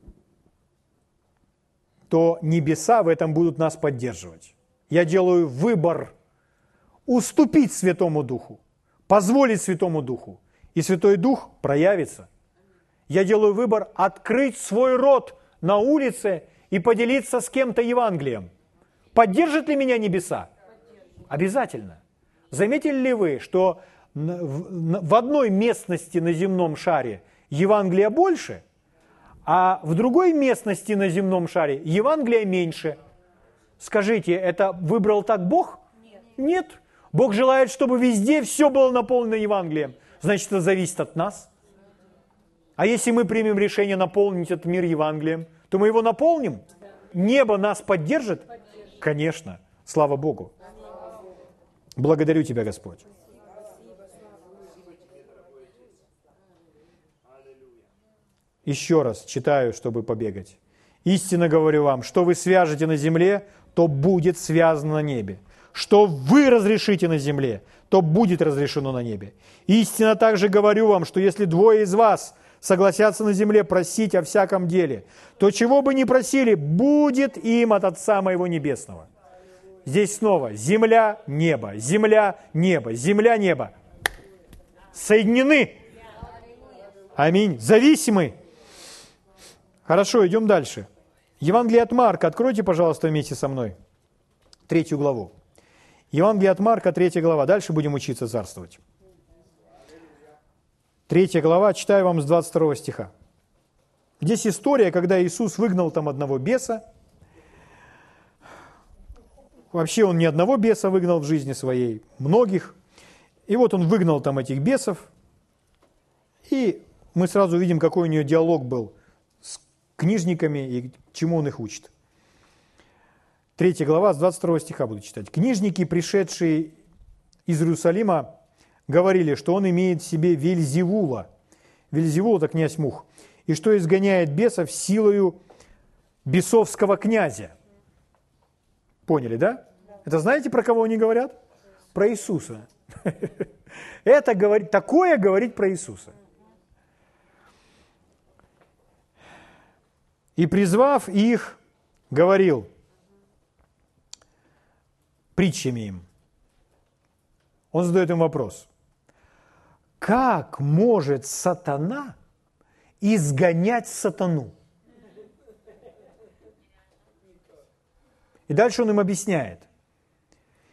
то небеса в этом будут нас поддерживать. Я делаю выбор уступить Святому Духу, позволить Святому Духу, и Святой Дух проявится. Я делаю выбор открыть свой рот на улице и поделиться с кем-то Евангелием. Поддержат ли меня небеса? Обязательно. Заметили ли вы, что в одной местности на земном шаре Евангелия больше, а в другой местности на земном шаре Евангелия меньше? Скажите, это выбрал так Бог? Нет. Бог желает, чтобы везде все было наполнено Евангелием. Значит, это зависит от нас. А если мы примем решение наполнить этот мир Евангелием, то мы его наполним? Небо нас поддержит? Конечно. Слава Богу. Благодарю Тебя, Господь. Еще раз читаю, чтобы побегать. «Истинно говорю вам, что вы свяжете на земле, то будет связано на небе. Что вы разрешите на земле, то будет разрешено на небе. Истинно также говорю вам, что если двое из вас согласятся на земле просить о всяком деле, то чего бы ни просили, будет им от Отца Моего Небесного». Здесь снова земля, небо, земля, небо, земля, небо. Соединены. Аминь. Зависимы. Хорошо, идем дальше. Евангелие от Марка. Откройте, пожалуйста, вместе со мной 3 главу. Евангелие от Марка, 3 глава. Дальше будем учиться царствовать. 3 глава, читаю вам с 22 стиха. Здесь история, когда Иисус выгнал там одного беса. Вообще он не одного беса выгнал в жизни своей, многих. И вот он выгнал там этих бесов. И мы сразу видим, какой у него диалог был с книжниками и чему он их учит. 3 глава, с 22 стиха буду читать. «Книжники, пришедшие из Иерусалима, говорили, что он имеет в себе Вельзевула». Вельзевул – это князь мух. «И что изгоняет бесов силою бесовского князя». Поняли, да? Это знаете, про кого они говорят? Про Иисуса. Такое говорит про Иисуса. «И, призвав их, говорил притчами им». Он задает им вопрос. Как может сатана изгонять сатану? И дальше он им объясняет.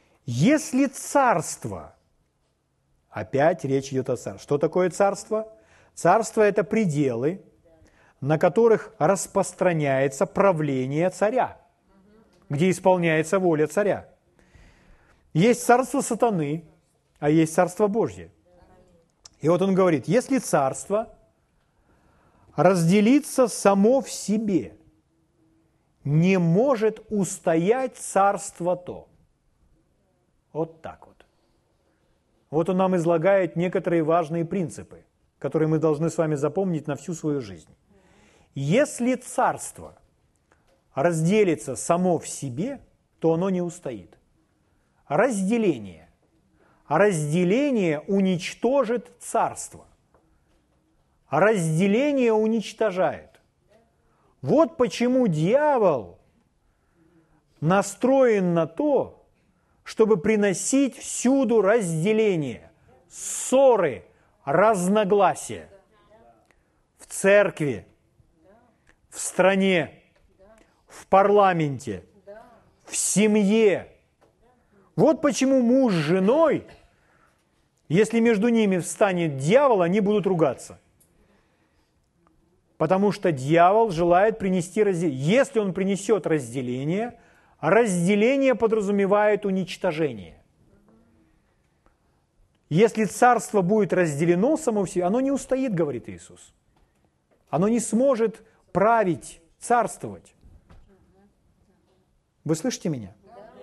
Если царство, опять речь идет о царстве. Что такое царство? Царство – это пределы, на которых распространяется правление царя, где исполняется воля царя. Есть царство сатаны, а есть царство Божье. И вот он говорит, если царство разделится само в себе, не может устоять царство то. Вот так вот. Вот он нам излагает некоторые важные принципы, которые мы должны с вами запомнить на всю свою жизнь. Если царство разделится само в себе, то оно не устоит. Разделение. А разделение уничтожит царство. А разделение уничтожает. Вот почему дьявол настроен на то, чтобы приносить всюду разделение, ссоры, разногласия. В церкви, в стране, в парламенте, в семье. Вот почему муж с женой, если между ними встанет дьявол, они будут ругаться. Потому что дьявол желает принести разделение. Если он принесет разделение, разделение подразумевает уничтожение. Если царство будет разделено само в себе, оно не устоит, говорит Иисус. Оно не сможет править, царствовать. Вы слышите меня?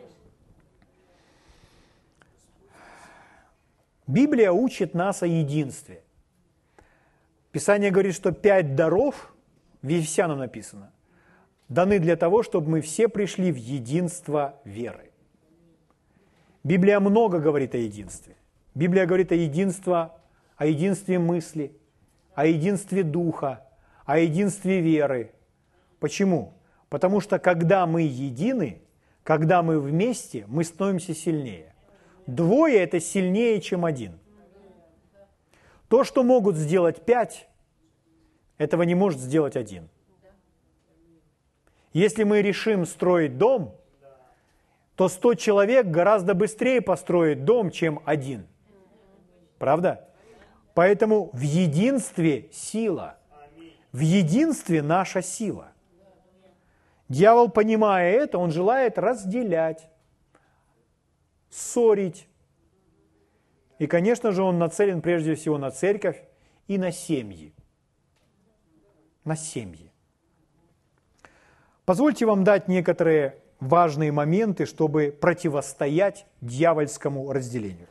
Библия учит нас о единстве. Писание говорит, что 5 даров, в Ефесянам написано, даны для того, чтобы мы все пришли в единство веры. Библия много говорит о единстве. Библия говорит о единстве мысли, о единстве духа, о единстве веры. Почему? Потому что когда мы едины, когда мы вместе, мы становимся сильнее. 2 – это сильнее, чем 1. То, что могут сделать 5, этого не может сделать 1. Если мы решим строить дом, то 100 человек гораздо быстрее построит дом, чем 1. Правда? Поэтому в единстве сила. В единстве наша сила. Дьявол, понимая это, он желает разделять, ссорить. И, конечно же, он нацелен прежде всего на церковь и на семьи. На семьи. Позвольте вам дать некоторые важные моменты, чтобы противостоять дьявольскому разделению.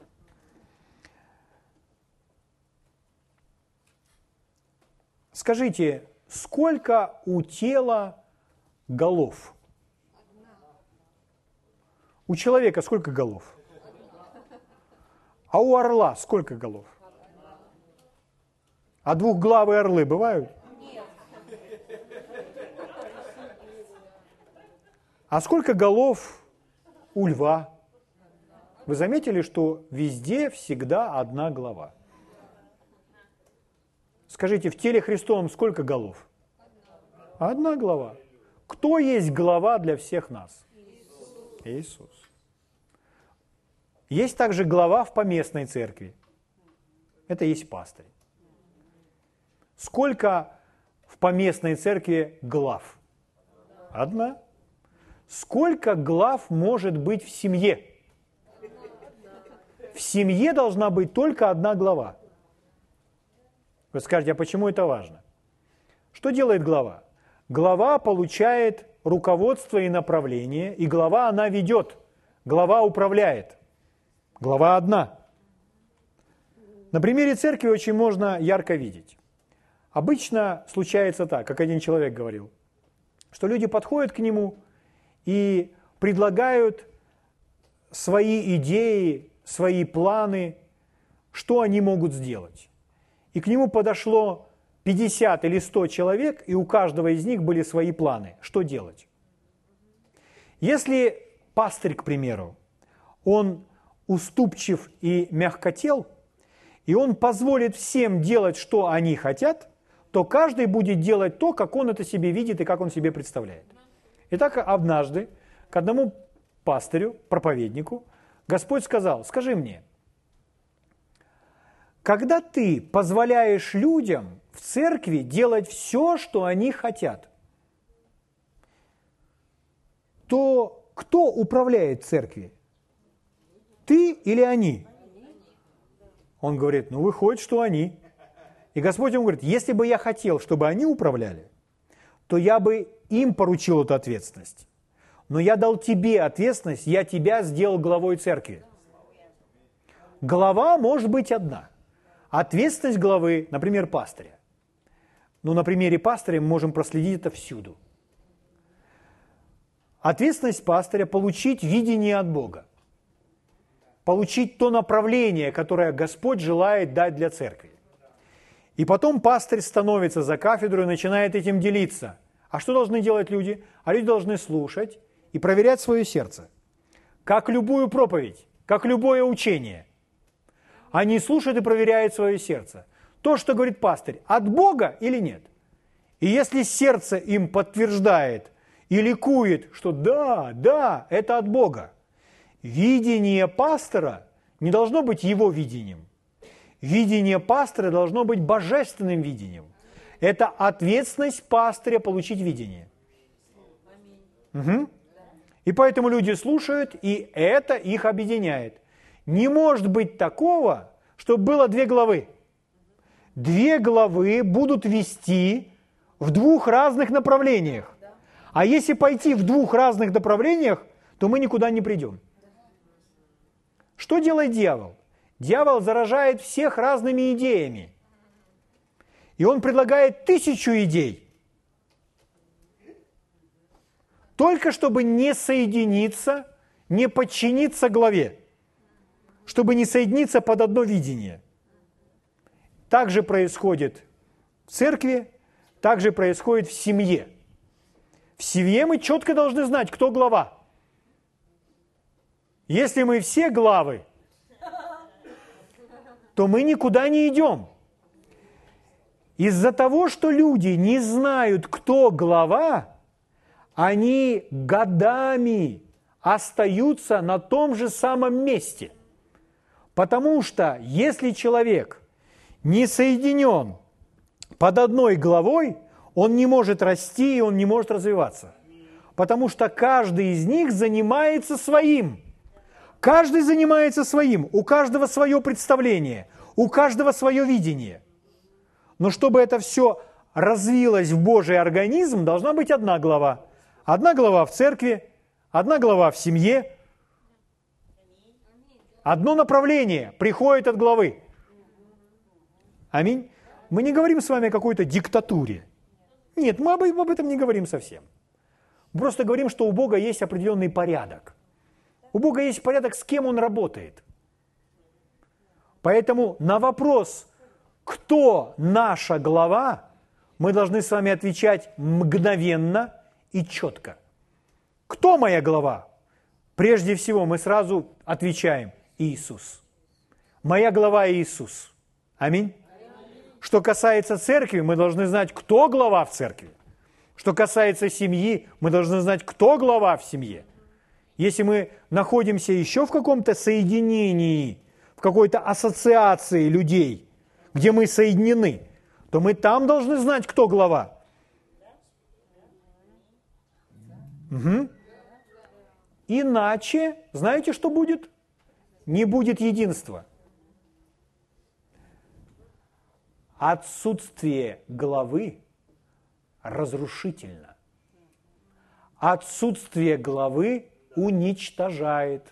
Скажите, сколько у тела голов? У человека сколько голов? А у орла сколько голов? А двухглавые орлы бывают? А сколько голов у льва? Вы заметили, что везде всегда одна голова? Скажите, в теле Христовом сколько голов? Одна голова. Кто есть глава для всех нас? Иисус. Есть также глава в поместной церкви. Это есть пастырь. Сколько в поместной церкви глав? Одна. Сколько глав может быть в семье? В семье должна быть только одна глава. Вы скажете, а почему это важно? Что делает глава? Глава получает руководство и направление, и глава она ведет, глава управляет. Глава одна. На примере церкви очень можно ярко видеть. Обычно случается так, как один человек говорил, что люди подходят к нему и предлагают свои идеи, свои планы, что они могут сделать. И к нему подошло 50 или 100 человек, и у каждого из них были свои планы, что делать. Если пастырь, к примеру, он уступчив и мягкотел, и он позволит всем делать, что они хотят, то каждый будет делать то, как он это себе видит и как он себе представляет. Итак, однажды к одному пастырю, проповеднику, Господь сказал: скажи мне, когда ты позволяешь людям в церкви делать все, что они хотят, то кто управляет церковью? Ты или они? Он говорит, выходит, что они. И Господь ему говорит, если бы я хотел, чтобы они управляли, то я бы им поручил эту ответственность. Но я дал тебе ответственность, я тебя сделал главой церкви. Глава может быть одна. Ответственность главы, например, пастыря. На примере пастыря мы можем проследить это всюду. Ответственность пастыря – получить видение от Бога. Получить то направление, которое Господь желает дать для церкви. И потом пастырь становится за кафедру и начинает этим делиться. А что должны делать люди? А люди должны слушать и проверять свое сердце. Как любую проповедь, как любое учение. Они слушают и проверяют свое сердце. То, что говорит пастырь, от Бога или нет? И если сердце им подтверждает и ликует, что да, это от Бога, видение пастора не должно быть его видением. Видение пастора должно быть божественным видением. Это ответственность пастыря получить видение. Угу. И поэтому люди слушают, и это их объединяет. Не может быть такого, чтобы было 2 главы. 2 главы будут вести в 2 разных направлениях. А если пойти в 2 разных направлениях, то мы никуда не придем. Что делает дьявол? Дьявол заражает всех разными идеями. И он предлагает 1000 идей. Только чтобы не соединиться, не подчиниться главе. Чтобы не соединиться под одно видение. Так же происходит в церкви, так же происходит в семье. В семье мы четко должны знать, кто глава. Если мы все главы, то мы никуда не идем. Из-за того, что люди не знают, кто глава, они годами остаются на том же самом месте. Потому что если человек не соединен под одной главой, он не может расти и он не может развиваться. Потому что каждый из них занимается своим. Каждый занимается своим, у каждого свое представление, у каждого свое видение. Но чтобы это все развилось в Божий организм, должна быть одна глава. Одна глава в церкви, одна глава в семье. Одно направление приходит от главы. Аминь. Мы не говорим с вами о какой-то диктатуре. Нет, мы об этом не говорим совсем. Мы просто говорим, что у Бога есть определенный порядок. У Бога есть порядок, с кем Он работает. Поэтому на вопрос, кто наша глава, мы должны с вами отвечать мгновенно и четко. Кто моя глава? Прежде всего мы сразу отвечаем Иисус. Моя глава Иисус. Аминь. Что касается церкви, мы должны знать, кто глава в церкви. Что касается семьи, мы должны знать, кто глава в семье. Если мы находимся еще в каком-то соединении, в какой-то ассоциации людей, где мы соединены, то мы там должны знать, кто глава. Угу. Иначе, знаете, что будет? Не будет единства. Отсутствие главы разрушительно. Отсутствие главы уничтожает.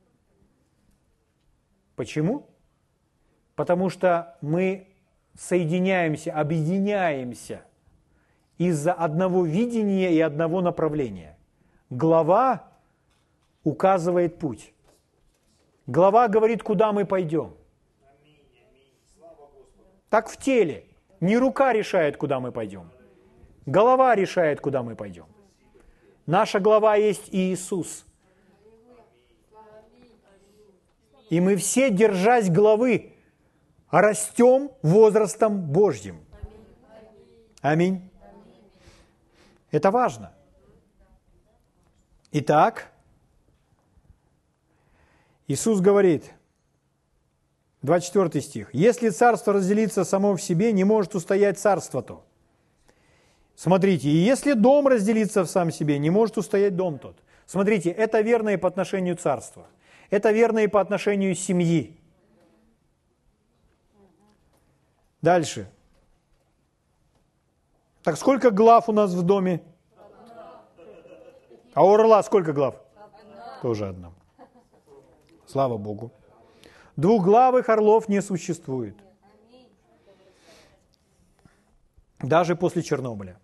Почему? Потому что мы соединяемся, объединяемся из-за одного видения и одного направления. Глава указывает путь. Глава говорит, куда мы пойдем. Так в теле. Не рука решает, куда мы пойдем. Голова решает, куда мы пойдем. Наша глава есть Иисус. И мы все, держась главы, растем возрастом Божьим. Аминь. Это важно. Итак, Иисус говорит, 24 стих. «Если царство разделится само в себе, не может устоять царство то». Смотрите, и если дом разделится в сам себе, не может устоять дом тот. Смотрите, это верно и по отношению царства. Это верно и по отношению семьи. Дальше. Так сколько глав у нас в доме? А у орла сколько глав? Тоже одна. Слава Богу. Двуглавых орлов не существует. Даже после Чернобыля.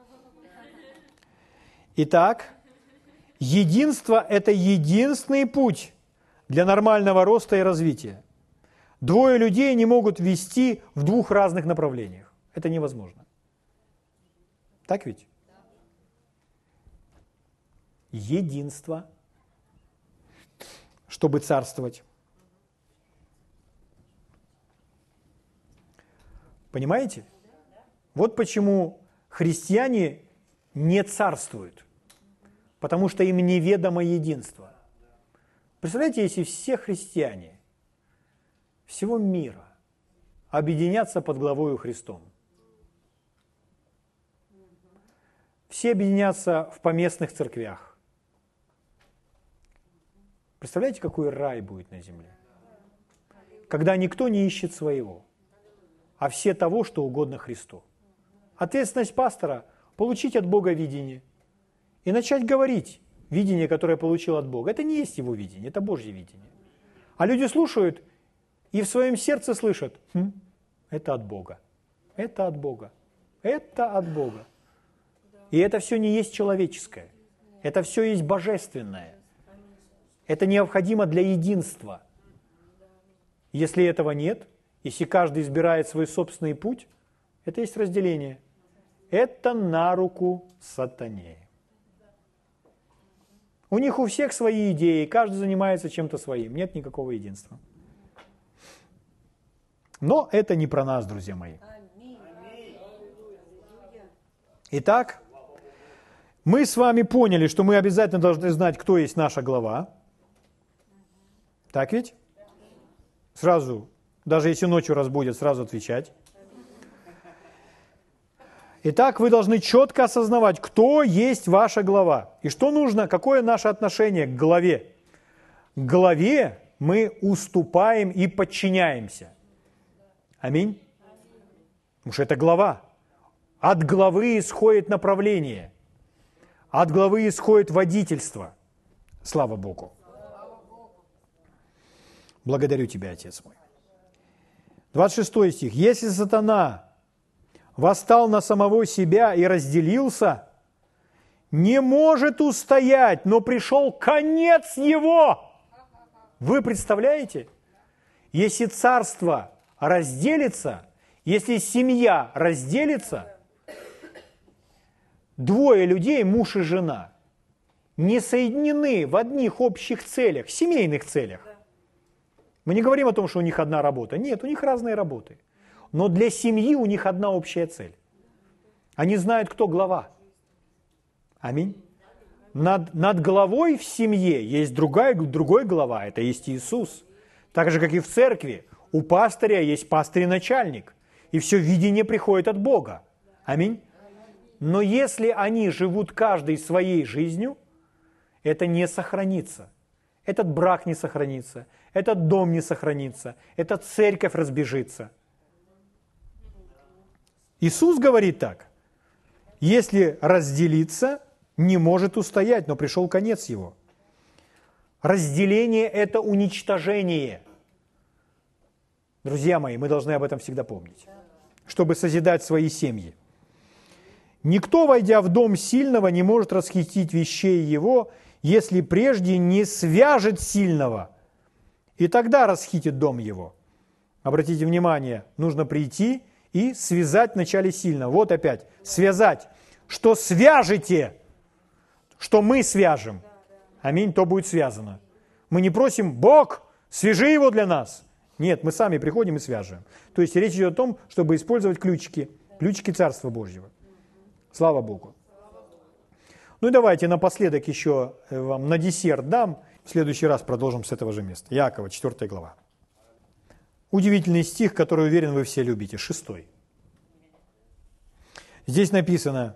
Итак, единство – это единственный путь для нормального роста и развития. Двое людей не могут вести в двух разных направлениях. Это невозможно. Так ведь? Единство, чтобы царствовать. Понимаете? Вот почему христиане не царствуют, потому что им неведомо единство. Представляете, если все христиане всего мира объединятся под главою Христом, все объединятся в поместных церквях. Представляете, какой рай будет на земле? Когда никто не ищет своего, а все того, что угодно Христу. Ответственность пастора – получить от Бога видение и начать говорить видение, которое получил от Бога. Это не есть его видение, это Божье видение. А люди слушают и в своем сердце слышат: это от Бога, это от Бога, это от Бога. И это все не есть человеческое, это все есть божественное. Это необходимо для единства. Если этого нет, если каждый избирает свой собственный путь, это есть разделение. Это на руку сатане. У них у всех свои идеи, каждый занимается чем-то своим, нет никакого единства. Но это не про нас, друзья мои. Итак, мы с вами поняли, что мы обязательно должны знать, кто есть наша глава. Так ведь? Сразу, даже если ночью разбудят, сразу отвечать. Итак, вы должны четко осознавать, кто есть ваша глава. И что нужно, какое наше отношение к главе. К главе мы уступаем и подчиняемся. Аминь. Потому что это глава. От главы исходит направление. От главы исходит водительство. Слава Богу. Благодарю Тебя, Отец мой. 26 стих. «Если сатана восстал на самого себя и разделился, не может устоять, но пришел конец его». Вы представляете? Если царство разделится, если семья разделится, двое людей, муж и жена, не соединены в одних общих целях, семейных целях. Мы не говорим о том, что у них одна работа. Нет, у них разные работы. Но для семьи у них одна общая цель. Они знают, кто глава. Аминь. Над главой в семье есть другой глава, это есть Иисус. Так же, как и в церкви, у пастыря есть пастырь и начальник. И все видение приходит от Бога. Аминь. Но если они живут каждый своей жизнью, это не сохранится. Этот брак не сохранится, этот дом не сохранится, эта церковь разбежится. Иисус говорит так: если разделиться, не может устоять, но пришел конец его. Разделение – это уничтожение. Друзья мои, мы должны об этом всегда помнить, чтобы созидать свои семьи. Никто, войдя в дом сильного, не может расхитить вещей его, если прежде не свяжет сильного, и тогда расхитит дом его. Обратите внимание, нужно прийти и связать вначале сильно. Вот опять, связать. Что свяжете, что мы свяжем. Аминь, то будет связано. Мы не просим: Бог, свяжи его для нас. Нет, мы сами приходим и свяжем. То есть речь идет о том, чтобы использовать ключики Царства Божьего. Слава Богу. Ну и давайте напоследок еще вам на десерт дам. В следующий раз продолжим с этого же места. Иакова, 4 глава. удивительный стих, который, уверен, вы все любите, 6. Здесь написано: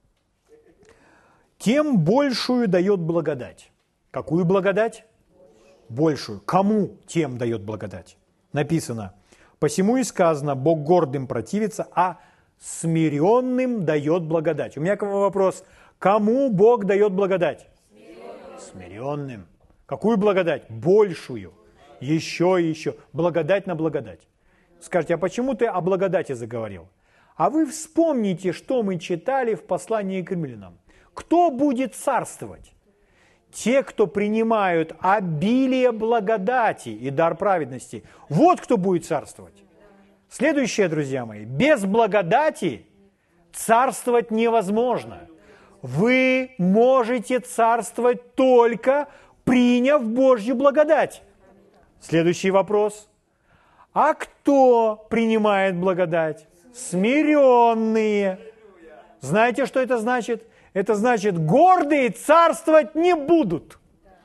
«Тем большую дает благодать». Какую благодать? Большую. Кому тем дает благодать? Написано: «Посему и сказано, Бог гордым противится, а смиренным дает благодать». У меня к вам вопрос. Кому Бог дает благодать? Смиренным. Какую благодать? Большую. Еще и еще. Благодать на благодать. Скажете, а почему ты о благодати заговорил? А вы вспомните, что мы читали в послании к римлянам. Кто будет царствовать? Те, кто принимают обилие благодати и дар праведности. Вот кто будет царствовать. Следующее, друзья мои. Без благодати царствовать невозможно. Вы можете царствовать только приняв Божью благодать. Следующий вопрос. А кто принимает благодать? Смиренные. Знаете, что это значит? Это значит, гордые царствовать не будут.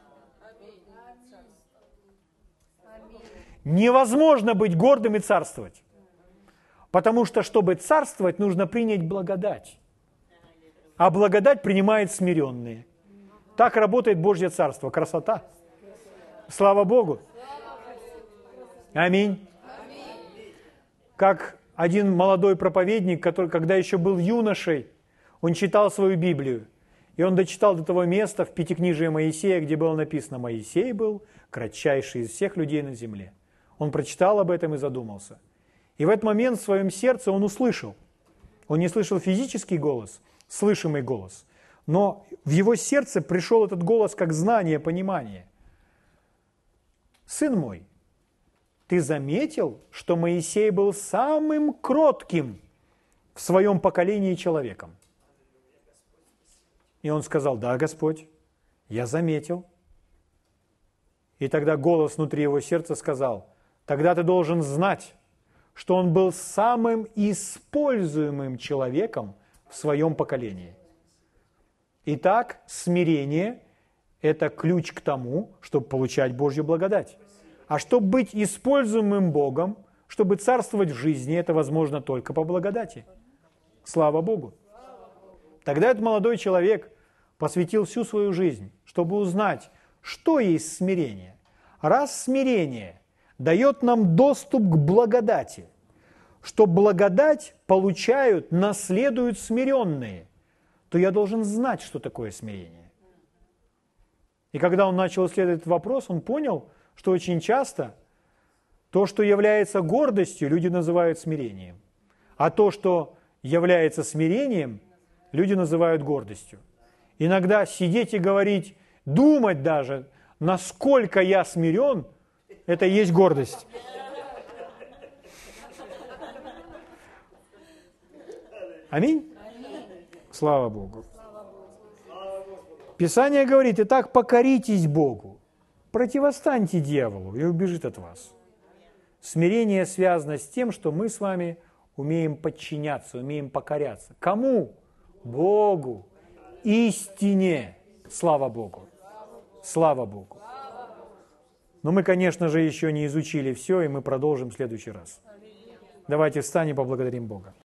Невозможно быть гордым и царствовать. Потому что, чтобы царствовать, нужно принять благодать. А благодать принимает смиренные. Так работает Божье Царство. Красота. Слава Богу. Аминь. Как один молодой проповедник, который, когда еще был юношей, он читал свою Библию. И он дочитал до того места в Пятикнижии Моисея, где было написано: «Моисей был кратчайший из всех людей на земле». Он прочитал об этом и задумался. И в этот момент в своем сердце он услышал. Он не слышал физический голос, слышимый голос, но в его сердце пришел этот голос как знание, понимание. «Сын мой, ты заметил, что Моисей был самым кротким в своем поколении человеком?» И он сказал: «Да, Господь, я заметил». И тогда голос внутри его сердца сказал: «Тогда ты должен знать, что он был самым используемым человеком в своем поколении». Итак, смирение – это ключ к тому, чтобы получать Божью благодать. А чтобы быть используемым Богом, чтобы царствовать в жизни, это возможно только по благодати. Слава Богу. Тогда этот молодой человек посвятил всю свою жизнь, чтобы узнать, что есть смирение. Раз смирение дает нам доступ к благодати, что благодать получают, наследуют смиренные, то я должен знать, что такое смирение. И когда он начал исследовать этот вопрос, он понял, что очень часто то, что является гордостью, люди называют смирением. А то, что является смирением, люди называют гордостью. Иногда сидеть и говорить, думать даже, насколько я смирен, это и есть гордость. Аминь? Слава Богу. Писание говорит: «Итак, покоритесь Богу, противостаньте дьяволу, и убежит от вас». Смирение связано с тем, что мы с вами умеем подчиняться, умеем покоряться. Кому? Богу. Истине. Слава Богу. Слава Богу. Но мы, конечно же, еще не изучили все, и мы продолжим в следующий раз. Давайте встанем и поблагодарим Бога.